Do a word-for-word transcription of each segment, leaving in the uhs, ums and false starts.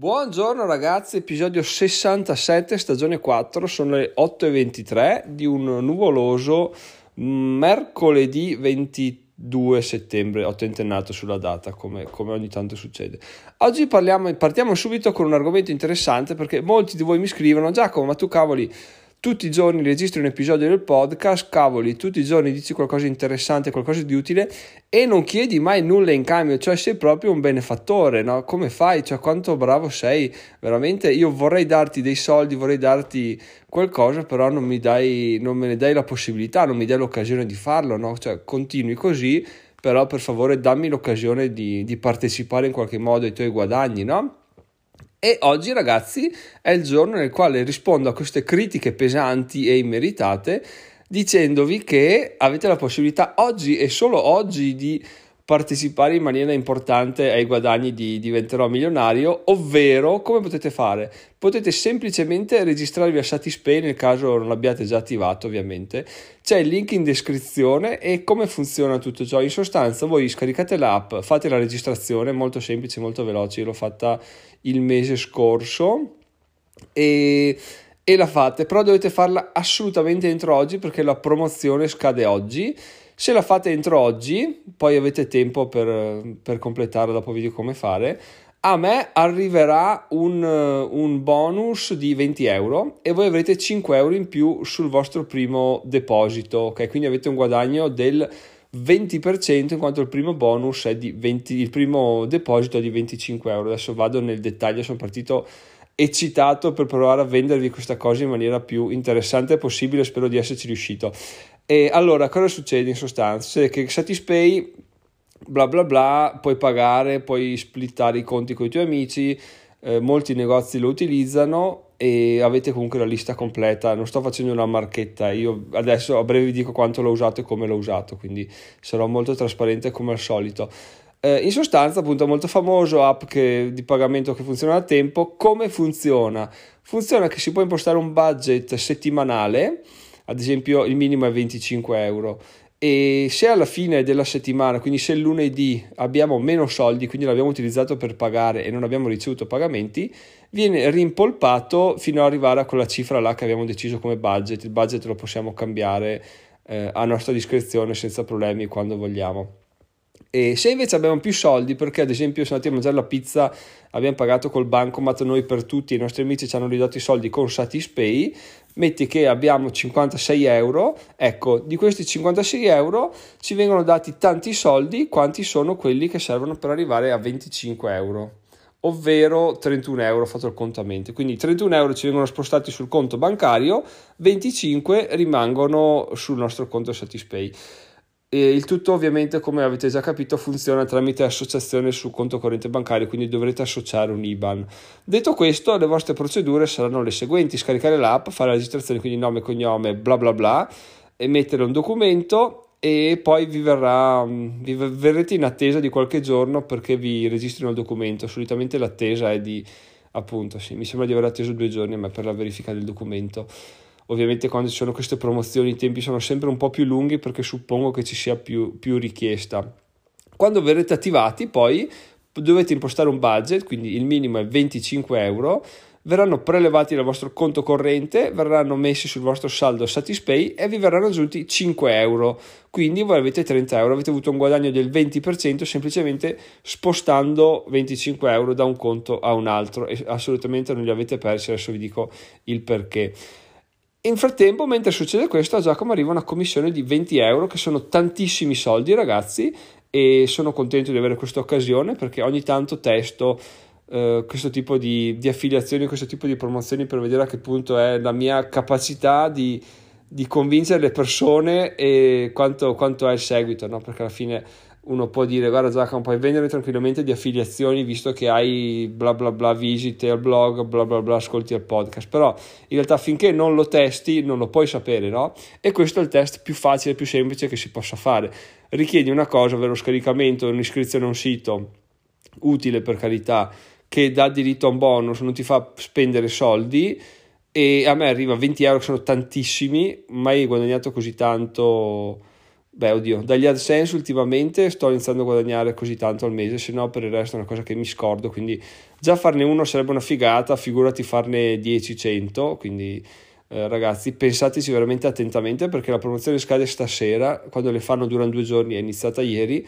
Buongiorno ragazzi, episodio sessantasette, stagione quattro, sono le otto e ventitré di un nuvoloso mercoledì ventidue settembre, ho tentennato sulla data come, come ogni tanto succede. Oggi parliamo, partiamo subito con un argomento interessante perché molti di voi mi scrivono: Giacomo, ma tu cavoli tutti i giorni registri un episodio del podcast, cavoli, tutti i giorni dici qualcosa di interessante, qualcosa di utile e non chiedi mai nulla in cambio, cioè sei proprio un benefattore, no? Come fai? Cioè quanto bravo sei, veramente io vorrei darti dei soldi, vorrei darti qualcosa, però non mi dai, non me ne dai la possibilità, non mi dai l'occasione di farlo, no? Cioè continui così, però per favore dammi l'occasione di, di partecipare in qualche modo ai tuoi guadagni, no? E oggi ragazzi è il giorno nel quale rispondo a queste critiche pesanti e immeritate dicendovi che avete la possibilità oggi e solo oggi di partecipare in maniera importante ai guadagni di Diventerò Milionario, ovvero come potete fare? Potete semplicemente registrarvi a Satispay nel caso non l'abbiate già attivato, ovviamente. C'è il link in descrizione. E come funziona tutto ciò? In sostanza voi scaricate l'app, fate la registrazione, molto semplice, molto veloce, io l'ho fatta il mese scorso e, e la fate, però dovete farla assolutamente entro oggi perché la promozione scade oggi. Se la fate entro oggi, poi avete tempo per, per completarla, dopo video come fare, a me arriverà un, un bonus di venti euro e voi avrete cinque euro in più sul vostro primo deposito, ok? Quindi avete un guadagno del venti per cento in quanto il primo bonus è di venti, il primo deposito è di venticinque euro. Adesso vado nel dettaglio, sono partito eccitato per provare a vendervi questa cosa in maniera più interessante possibile, spero di esserci riuscito. E allora cosa succede in sostanza? Succede che Satispay bla bla bla, puoi pagare, puoi splittare i conti con i tuoi amici, eh, molti negozi lo utilizzano e avete comunque la lista completa. Non sto facendo una marchetta, io adesso a breve vi dico quanto l'ho usato e come l'ho usato, quindi sarò molto trasparente come al solito. Eh, in sostanza appunto molto famoso, app che, di pagamento che funziona da tempo. Come funziona? Funziona che si può impostare un budget settimanale, ad esempio il minimo è venticinque euro, e se alla fine della settimana, quindi se il lunedì abbiamo meno soldi, quindi l'abbiamo utilizzato per pagare e non abbiamo ricevuto pagamenti, viene rimpolpato fino ad arrivare a quella cifra là che abbiamo deciso come budget. Il budget lo possiamo cambiare eh, a nostra discrezione senza problemi quando vogliamo. E se invece abbiamo più soldi, perché ad esempio siamo andati a mangiare la pizza, abbiamo pagato col bancomat noi per tutti, i nostri amici ci hanno ridato i soldi con Satispay, metti che abbiamo cinquantasei euro, ecco, di questi cinquantasei euro ci vengono dati tanti soldi quanti sono quelli che servono per arrivare a venticinque euro, ovvero trentuno euro fatto il conto a mente. Quindi trentuno euro ci vengono spostati sul conto bancario, venticinque rimangono sul nostro conto Satispay. E il tutto ovviamente, come avete già capito, funziona tramite associazione sul conto corrente bancario, quindi dovrete associare un I B A N. Detto questo, le vostre procedure saranno le seguenti: scaricare l'app, fare la registrazione, quindi nome, cognome, bla bla bla, e mettere un documento, e poi vi verrà, vi verrete in attesa di qualche giorno perché vi registrino il documento. Solitamente l'attesa è di, appunto, sì, mi sembra di aver atteso due giorni a me per la verifica del documento. Ovviamente quando ci sono queste promozioni i tempi sono sempre un po' più lunghi perché suppongo che ci sia più, più richiesta. Quando verrete attivati poi dovete impostare un budget, quindi il minimo è venticinque euro, verranno prelevati dal vostro conto corrente, verranno messi sul vostro saldo Satispay e vi verranno aggiunti cinque euro, quindi voi avete trenta euro, avete avuto un guadagno del venti per cento semplicemente spostando venticinque euro da un conto a un altro e assolutamente non li avete persi. Adesso vi dico il perché. In frattempo, mentre succede questo, a Giacomo arriva una commissione di venti euro, che sono tantissimi soldi ragazzi, e sono contento di avere questa occasione perché ogni tanto testo eh, questo tipo di, di affiliazioni, questo tipo di promozioni per vedere a che punto è la mia capacità di, di convincere le persone e quanto, quanto è il seguito, no? Perché alla fine uno può dire: guarda Giacomo, puoi vendere tranquillamente di affiliazioni visto che hai bla bla bla visite al blog, bla bla bla ascolti al podcast, però in realtà finché non lo testi non lo puoi sapere, no? E questo è il test più facile, più semplice che si possa fare. Richiede una cosa, ovvero scaricamento, un'iscrizione a un sito utile, per carità, che dà diritto a un bonus, non ti fa spendere soldi, e a me arriva venti euro, che sono tantissimi, mai guadagnato così tanto Beh, oddio, dagli AdSense ultimamente sto iniziando a guadagnare così tanto al mese, se no per il resto è una cosa che mi scordo, quindi già farne uno sarebbe una figata, figurati farne dieci cento, quindi eh, ragazzi pensateci veramente attentamente, perché la promozione scade stasera, quando le fanno durano due giorni, è iniziata ieri,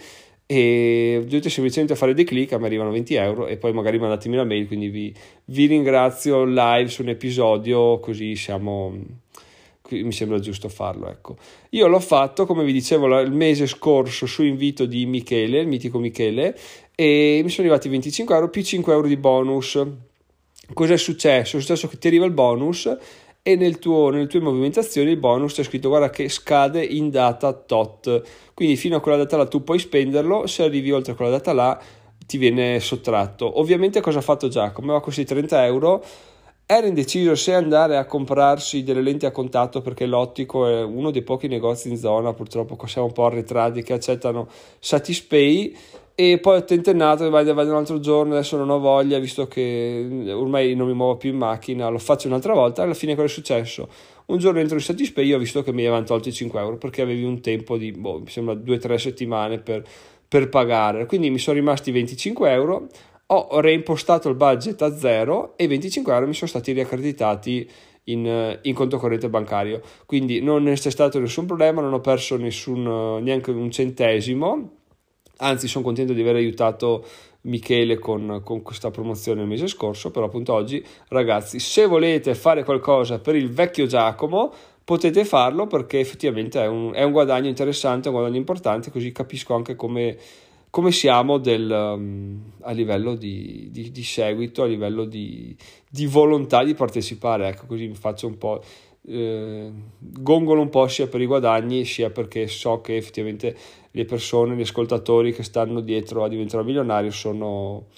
e dovete semplicemente fare dei click, a me arrivano venti euro e poi magari mandatemi la mail, quindi vi, vi ringrazio live su un episodio, così siamo... mi sembra giusto farlo, ecco. Io l'ho fatto, come vi dicevo, il mese scorso su invito di Michele, il mitico Michele, e mi sono arrivati venticinque euro più cinque euro di bonus. Cos'è successo? È successo che ti arriva il bonus e nel tuo, nelle tue movimentazioni il bonus c'è scritto guarda che scade in data tot, quindi fino a quella data là tu puoi spenderlo, se arrivi oltre quella data là ti viene sottratto. Ovviamente cosa ha fatto Giacomo? Aveva questi trenta euro, era indeciso se andare a comprarsi delle lenti a contatto, perché l'ottico è uno dei pochi negozi in zona, purtroppo siamo un po' arretrati, che accettano Satispay, e poi ho tentennato, vado, vado un altro giorno, adesso non ho voglia, visto che ormai non mi muovo più in macchina, lo faccio un'altra volta. Alla fine cosa è successo? Un giorno entro in Satispay, io ho visto che mi avevano tolto i cinque euro, perché avevi un tempo di, boh, mi sembra due tre settimane per, per pagare, quindi mi sono rimasti venticinque euro. Ho reimpostato il budget a zero e venticinque euro mi sono stati riaccreditati in, in conto corrente bancario, quindi non c'è stato nessun problema, non ho perso nessun, neanche un centesimo, anzi sono contento di aver aiutato Michele con, con questa promozione il mese scorso. Però appunto oggi, ragazzi, se volete fare qualcosa per il vecchio Giacomo potete farlo, perché effettivamente è un, è un guadagno interessante, un guadagno importante, così capisco anche come come siamo del, um, a livello di, di, di seguito, a livello di, di volontà di partecipare, ecco, così mi faccio un po', eh, gongolo un po' sia per i guadagni, sia perché so che effettivamente le persone, gli ascoltatori che stanno dietro a diventare milionario sono,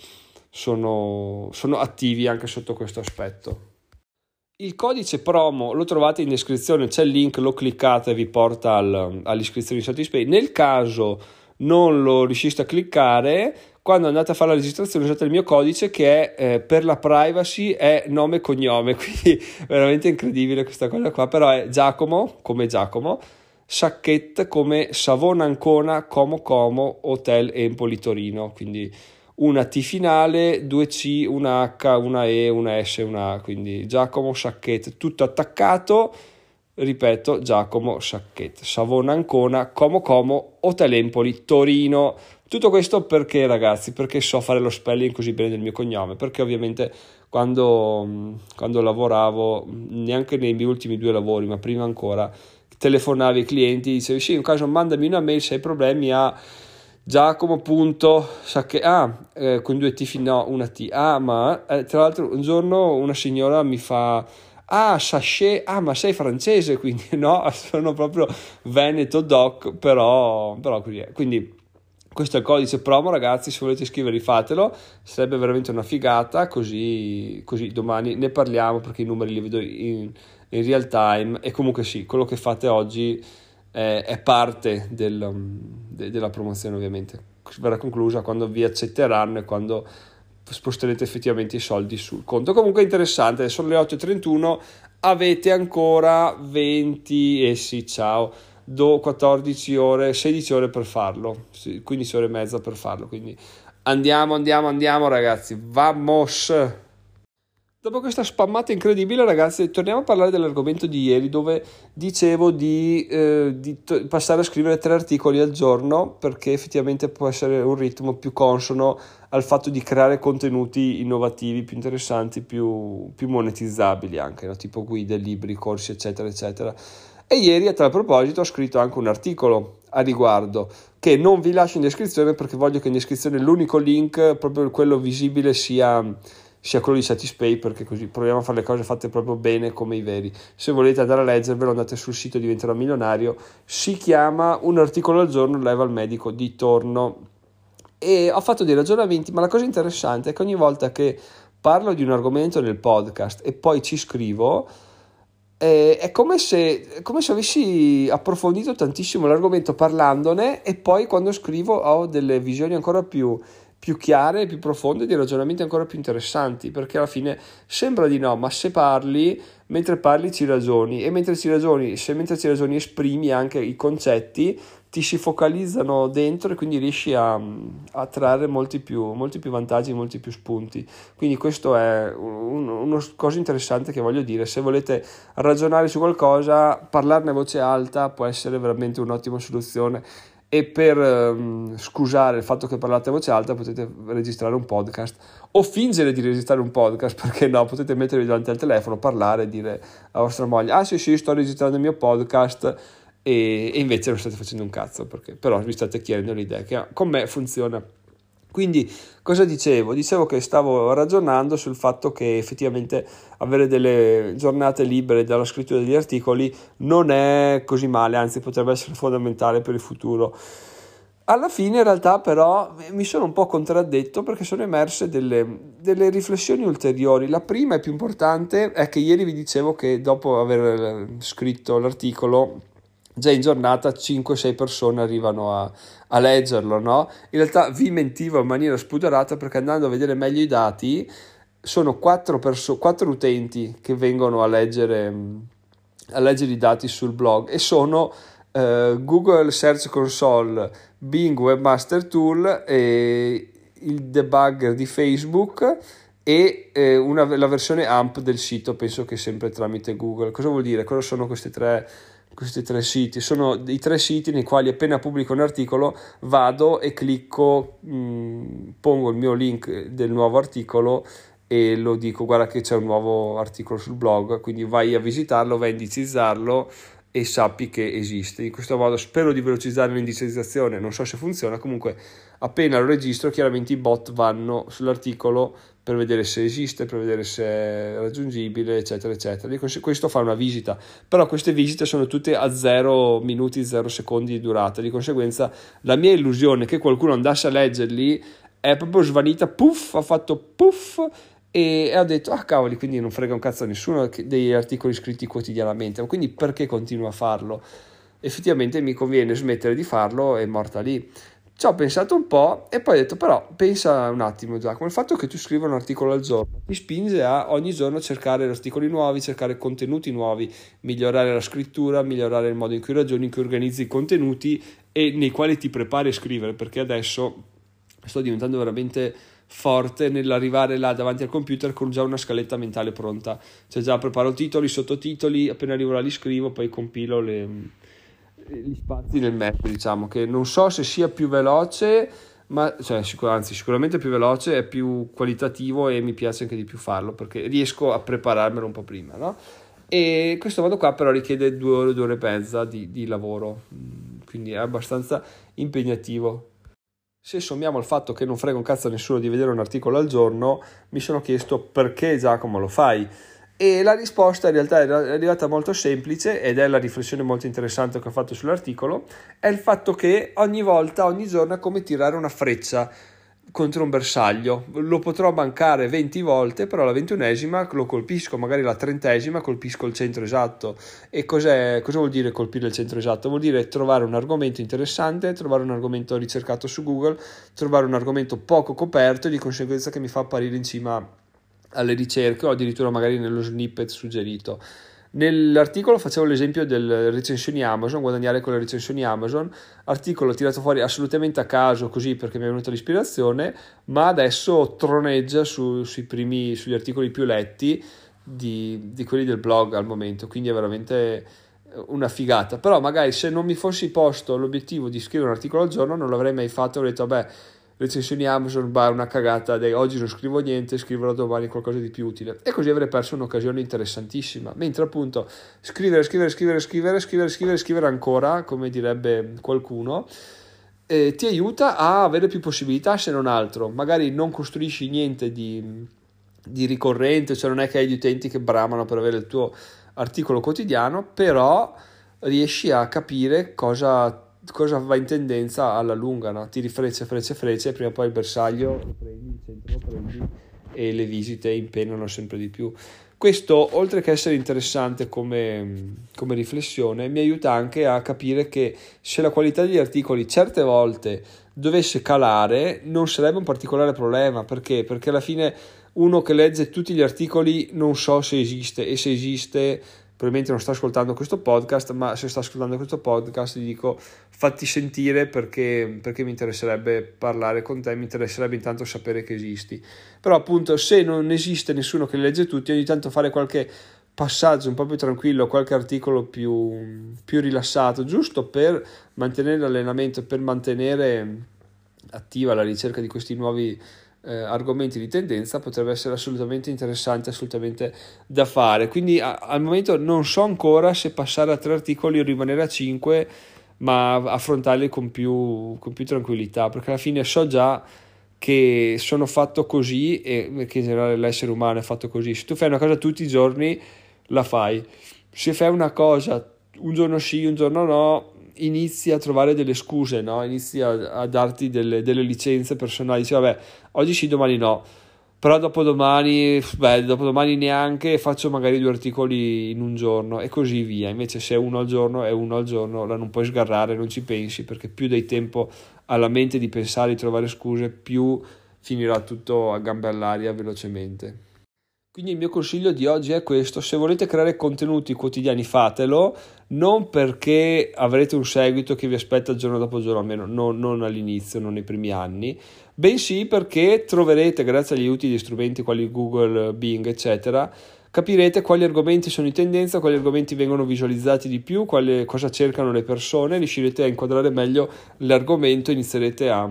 sono, sono attivi anche sotto questo aspetto. Il codice promo lo trovate in descrizione, c'è il link, lo cliccate e vi porta al, all'iscrizione di Satispay. Nel caso non lo riusciste a cliccare, quando andate a fare la registrazione usate il mio codice, che è eh, per la privacy è nome e cognome, quindi veramente incredibile questa cosa qua, però è Giacomo come Giacomo, Sacchette come Savona Ancona, Como Como, Hotel Empoli Torino, quindi una T finale, due C, una H, una E, una S, una A, quindi Giacomo Sacchette, tutto attaccato. Ripeto, Giacomo Sacchette, Savona Ancona, Como Como, Hotel Empoli, Torino. Tutto questo perché, ragazzi? Perché so fare lo spelling così bene del mio cognome, perché ovviamente quando, quando lavoravo, neanche nei miei ultimi due lavori, ma prima ancora, telefonavi ai clienti, dicevi sì, in caso mandami una mail se hai problemi a Giacomo.Sacchette, ah, eh, con due T, no, una T, ah, ma eh, tra l'altro un giorno una signora mi fa ah, sachet, ah, ma sei francese, quindi no, sono proprio Veneto Doc, però, però così è. Quindi questo è il codice promo, ragazzi, se volete iscrivervi fatelo, sarebbe veramente una figata, così, così domani ne parliamo, perché i numeri li vedo in, in real time, e comunque sì, quello che fate oggi è, è parte del, de, della promozione, ovviamente. Verrà conclusa quando vi accetteranno e quando sposterete effettivamente i soldi sul conto. Comunque è interessante, sono le otto e trentuno, avete ancora venti e sì, ciao, do quattordici ore, sedici ore per farlo, quindici ore e mezza per farlo, quindi andiamo, andiamo, andiamo ragazzi, vamos! Dopo questa spammata incredibile, ragazzi, torniamo a parlare dell'argomento di ieri, dove dicevo di, eh, di t- passare a scrivere tre articoli al giorno, perché effettivamente può essere un ritmo più consono al fatto di creare contenuti innovativi, più interessanti, più, più monetizzabili anche, no? Tipo guide, libri, corsi, eccetera, eccetera. E ieri, a tal proposito, ho scritto anche un articolo a riguardo, che non vi lascio in descrizione, perché voglio che in descrizione l'unico link, proprio quello visibile, sia... sia quello di Satispay, perché così proviamo a fare le cose fatte proprio bene come i veri. Se volete andare a leggervelo, andate sul sito Diventerò Milionario, si chiama Un articolo al giorno, leva il medico di torno, e ho fatto dei ragionamenti, ma la cosa interessante è che ogni volta che parlo di un argomento nel podcast e poi ci scrivo, eh, è come se, come se avessi approfondito tantissimo l'argomento parlandone, e poi quando scrivo ho delle visioni ancora più più chiare, più profonde, di ragionamenti ancora più interessanti, perché alla fine sembra di no, ma se parli, mentre parli ci ragioni, e mentre ci ragioni, se mentre ci ragioni esprimi anche i concetti, ti si focalizzano dentro e quindi riesci a, a trarre molti più, molti più vantaggi, molti più spunti. Quindi questo è un, una cosa interessante che voglio dire: se volete ragionare su qualcosa, parlarne a voce alta può essere veramente un'ottima soluzione. E per um, scusare il fatto che parlate a voce alta potete registrare un podcast o fingere di registrare un podcast, perché no, potete mettervi davanti al telefono, parlare e dire a vostra moglie: ah sì sì, sto registrando il mio podcast, e, e invece non state facendo un cazzo, perché però vi state chiedendo l'idea che con me funziona. Quindi cosa dicevo? Dicevo che stavo ragionando sul fatto che effettivamente avere delle giornate libere dalla scrittura degli articoli non è così male, anzi potrebbe essere fondamentale per il futuro. Alla fine in realtà però mi sono un po' contraddetto, perché sono emerse delle, delle riflessioni ulteriori. La prima e più importante è che ieri vi dicevo che dopo aver scritto l'articolo già in giornata cinque sei persone arrivano a, a leggerlo, no? In realtà vi mentivo in maniera spudorata, perché andando a vedere meglio i dati sono quattro perso- quattro utenti che vengono a leggere, a leggere i dati sul blog, e sono uh, Google Search Console, Bing Webmaster Tool, e il debugger di Facebook e eh, una, la versione A M P del sito, penso che sempre tramite Google. Cosa vuol dire? Cosa sono questi tre questi tre siti? Sono i tre siti nei quali appena pubblico un articolo vado e clicco, mh, pongo il mio link del nuovo articolo e lo dico: guarda che c'è un nuovo articolo sul blog, quindi vai a visitarlo, vai a indicizzarlo e sappi che esiste. In questo modo spero di velocizzare l'indicizzazione, non so se funziona. Comunque appena lo registro, chiaramente i bot vanno sull'articolo per vedere se esiste, per vedere se è raggiungibile, eccetera eccetera. Questo fa una visita, però queste visite sono tutte a zero minuti, zero secondi di durata. Di conseguenza la mia illusione che qualcuno andasse a leggerli è proprio svanita. Puff, ha fatto puff e ho detto: ah cavoli, quindi non frega un cazzo a nessuno degli articoli scritti quotidianamente, ma quindi perché continuo a farlo? Effettivamente mi conviene smettere di farlo, è morta lì. Ci ho pensato un po' e poi ho detto: però pensa un attimo Giacomo, il fatto che tu scriva un articolo al giorno ti spinge a ogni giorno cercare articoli nuovi, cercare contenuti nuovi, migliorare la scrittura, migliorare il modo in cui ragioni, in cui organizzi i contenuti e nei quali ti prepari a scrivere, perché adesso sto diventando veramente forte nell'arrivare là davanti al computer con già una scaletta mentale pronta, cioè già preparo titoli, sottotitoli, appena arrivo là li scrivo, poi compilo le, gli spazi nel mezzo. Diciamo che non so se sia più veloce, ma cioè, sicur- anzi sicuramente più veloce, è più qualitativo e mi piace anche di più farlo, perché riesco a prepararmelo un po' prima, no? E questo modo qua però richiede due ore, due ore e mezza di, di lavoro, quindi è abbastanza impegnativo. Se sommiamo il fatto che non frega un cazzo a nessuno di vedere un articolo al giorno, mi sono chiesto: perché Giacomo lo fai? E la risposta in realtà è arrivata molto semplice, ed è la riflessione molto interessante che ho fatto sull'articolo: è il fatto che ogni volta, ogni giorno è come tirare una freccia contro un bersaglio. Lo potrò mancare venti volte, però la ventunesima lo colpisco, magari la trentesima colpisco il centro esatto. E cos'è, cosa vuol dire colpire il centro esatto? Vuol dire trovare un argomento interessante, trovare un argomento ricercato su Google, trovare un argomento poco coperto e di conseguenza che mi fa apparire in cima alle ricerche o addirittura magari nello snippet suggerito. Nell'articolo facevo l'esempio delle recensioni Amazon, guadagnare con le recensioni Amazon, articolo tirato fuori assolutamente a caso, così perché mi è venuta l'ispirazione, ma adesso troneggia su, sui primi, sugli articoli più letti di, di quelli del blog al momento, quindi è veramente una figata. Però magari se non mi fossi posto l'obiettivo di scrivere un articolo al giorno non l'avrei mai fatto, avrei detto vabbè, recensioni Amazon, bah, una cagata, dei, oggi non scrivo niente, scriverò domani qualcosa di più utile, e così avrei perso un'occasione interessantissima. Mentre appunto scrivere, scrivere, scrivere, scrivere, scrivere, scrivere, scrivere ancora, come direbbe qualcuno, eh, ti aiuta a avere più possibilità, se non altro. Magari non costruisci niente di, di ricorrente, cioè non è che hai gli utenti che bramano per avere il tuo articolo quotidiano, però riesci a capire cosa cosa va in tendenza alla lunga, no? Tiri frecce, frecce, frecce, e prima o poi il bersaglio lo prendi, il centro lo prendi e le visite impennano sempre di più. Questo, oltre che essere interessante come, come riflessione, mi aiuta anche a capire che se la qualità degli articoli certe volte dovesse calare non sarebbe un particolare problema. Perché? Perché alla fine uno che legge tutti gli articoli non so se esiste, e se esiste probabilmente non sta ascoltando questo podcast, ma se sta ascoltando questo podcast gli dico fatti sentire perché, perché mi interesserebbe parlare con te, mi interesserebbe intanto sapere che esisti. Però appunto se non esiste nessuno che li legge tutti, ogni tanto fare qualche passaggio un po' più tranquillo, qualche articolo più, più rilassato, giusto per mantenere l'allenamento, per mantenere attiva la ricerca di questi nuovi eh, argomenti di tendenza, potrebbe essere assolutamente interessante, assolutamente da fare. Quindi a, al momento non so ancora se passare a tre articoli o rimanere a cinque, ma affrontarli con più, con più tranquillità, perché alla fine so già che sono fatto così e che in generale l'essere umano è fatto così. Se tu fai una cosa tutti i giorni la fai, se fai una cosa un giorno sì, un giorno no, inizi a trovare delle scuse, no? Inizi a, a darti delle, delle licenze personali, dici vabbè oggi sì, domani no, però dopodomani, beh, dopodomani neanche, faccio magari due articoli in un giorno e così via. Invece se è uno al giorno è uno al giorno, la non puoi sgarrare, non ci pensi, perché più dai tempo alla mente di pensare, di trovare scuse, più finirà tutto a gambe all'aria velocemente. Quindi il mio consiglio di oggi è questo: se volete creare contenuti quotidiani fatelo, non perché avrete un seguito che vi aspetta giorno dopo giorno, almeno non, non all'inizio, non nei primi anni, bensì perché troverete, grazie agli utili strumenti quali Google, Bing, eccetera, capirete quali argomenti sono in tendenza, quali argomenti vengono visualizzati di più, quale, cosa cercano le persone, riuscirete a inquadrare meglio l'argomento, inizierete a...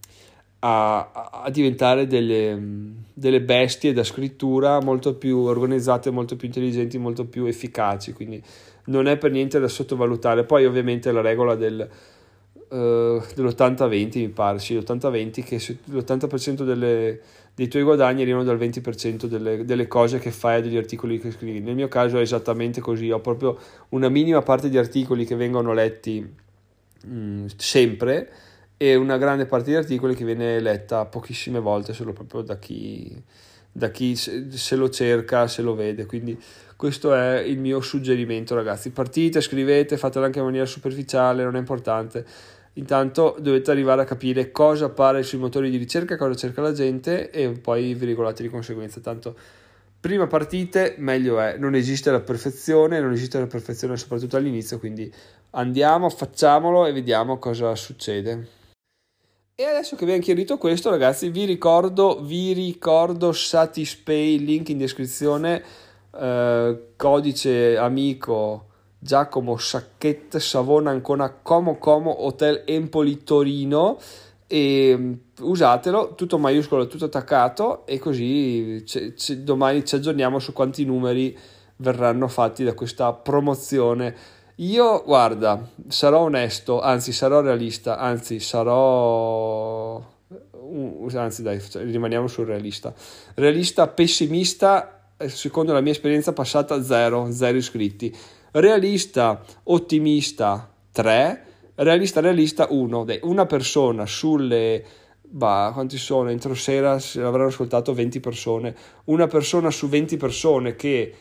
A, a diventare delle, delle bestie da scrittura molto più organizzate, molto più intelligenti, molto più efficaci, quindi non è per niente da sottovalutare. Poi ovviamente la regola del, uh, dell'ottanta venti mi pare, sì, l'ottanta venti, che l'ottanta per cento delle, dei tuoi guadagni arrivano dal venti per cento delle, delle cose che fai, degli articoli che scrivi. Nel mio caso è esattamente così, ho proprio una minima parte di articoli che vengono letti mh, sempre, e una grande parte di articoli che viene letta pochissime volte solo proprio da chi, da chi se lo cerca, se lo vede. Quindi questo è il mio suggerimento, ragazzi: partite, scrivete, fatelo anche in maniera superficiale, non è importante, intanto dovete arrivare a capire cosa appare sui motori di ricerca, cosa cerca la gente, e poi vi regolate di conseguenza. Tanto prima partite meglio è, non esiste la perfezione, non esiste la perfezione soprattutto all'inizio, quindi andiamo, facciamolo e vediamo cosa succede. E adesso che abbiamo chiarito questo, ragazzi, vi ricordo, vi ricordo Satispay, link in descrizione, eh, codice amico Giacomo Sacchette, Savona Ancona Como Como Hotel Empoli Torino, e usatelo, tutto maiuscolo, tutto attaccato, e così c- c- domani ci aggiorniamo su quanti numeri verranno fatti da questa promozione. Io, guarda, sarò onesto, anzi sarò realista, anzi sarò... anzi dai, rimaniamo sul realista. Realista pessimista, secondo la mia esperienza passata, zero, zero iscritti. Realista ottimista, tre. Realista realista, uno. Una persona sulle... bah, quanti sono? Entro sera avranno ascoltato venti persone. Una persona su venti persone che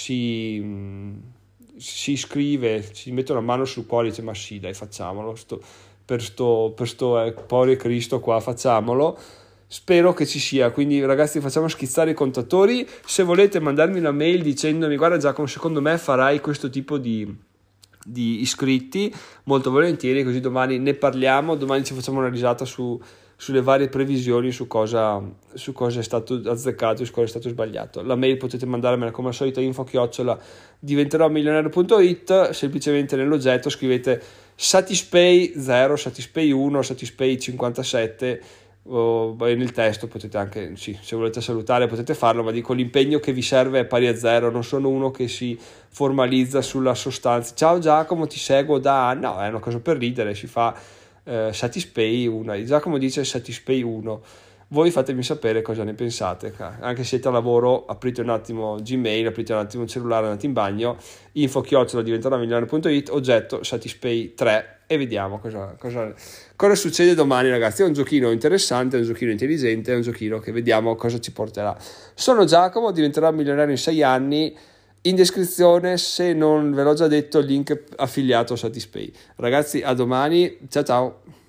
si... si iscrive, si mette una mano sul cuore e dice ma sì dai, facciamolo, sto, per sto, per sto eh, povero Cristo qua, facciamolo. Spero che ci sia, quindi ragazzi facciamo schizzare i contatori. Se volete mandarmi una mail dicendomi guarda Giacomo, secondo me farai questo tipo di, di iscritti, molto volentieri, così domani ne parliamo, domani ci facciamo una risata su sulle varie previsioni, su cosa, su cosa è stato azzeccato e su cosa è stato sbagliato. La mail potete mandarmela come al solito, info chiocciola diventerò milionario punto it, semplicemente nell'oggetto scrivete Satispay zero, Satispay uno, Satispay cinquantasette, o nel testo potete anche, sì, se volete salutare potete farlo, ma dico l'impegno che vi serve è pari a zero, non sono uno che si formalizza sulla sostanza. Ciao Giacomo, ti seguo da... no, è una cosa per ridere, si fa Uh, Satispay uno, Giacomo dice Satispay uno, voi fatemi sapere cosa ne pensate. Anche se siete a lavoro, aprite un attimo Gmail, aprite un attimo il cellulare, andate in bagno, info chiocciola diventerò milionario punto it, oggetto Satispay tre, e vediamo cosa, cosa, cosa succede domani, ragazzi. È un giochino interessante, è un giochino intelligente, è un giochino che vediamo cosa ci porterà. Sono Giacomo, diventerò milionario in sei anni. In descrizione, se non ve l'ho già detto, il link affiliato a Satispay. Ragazzi, a domani, ciao ciao!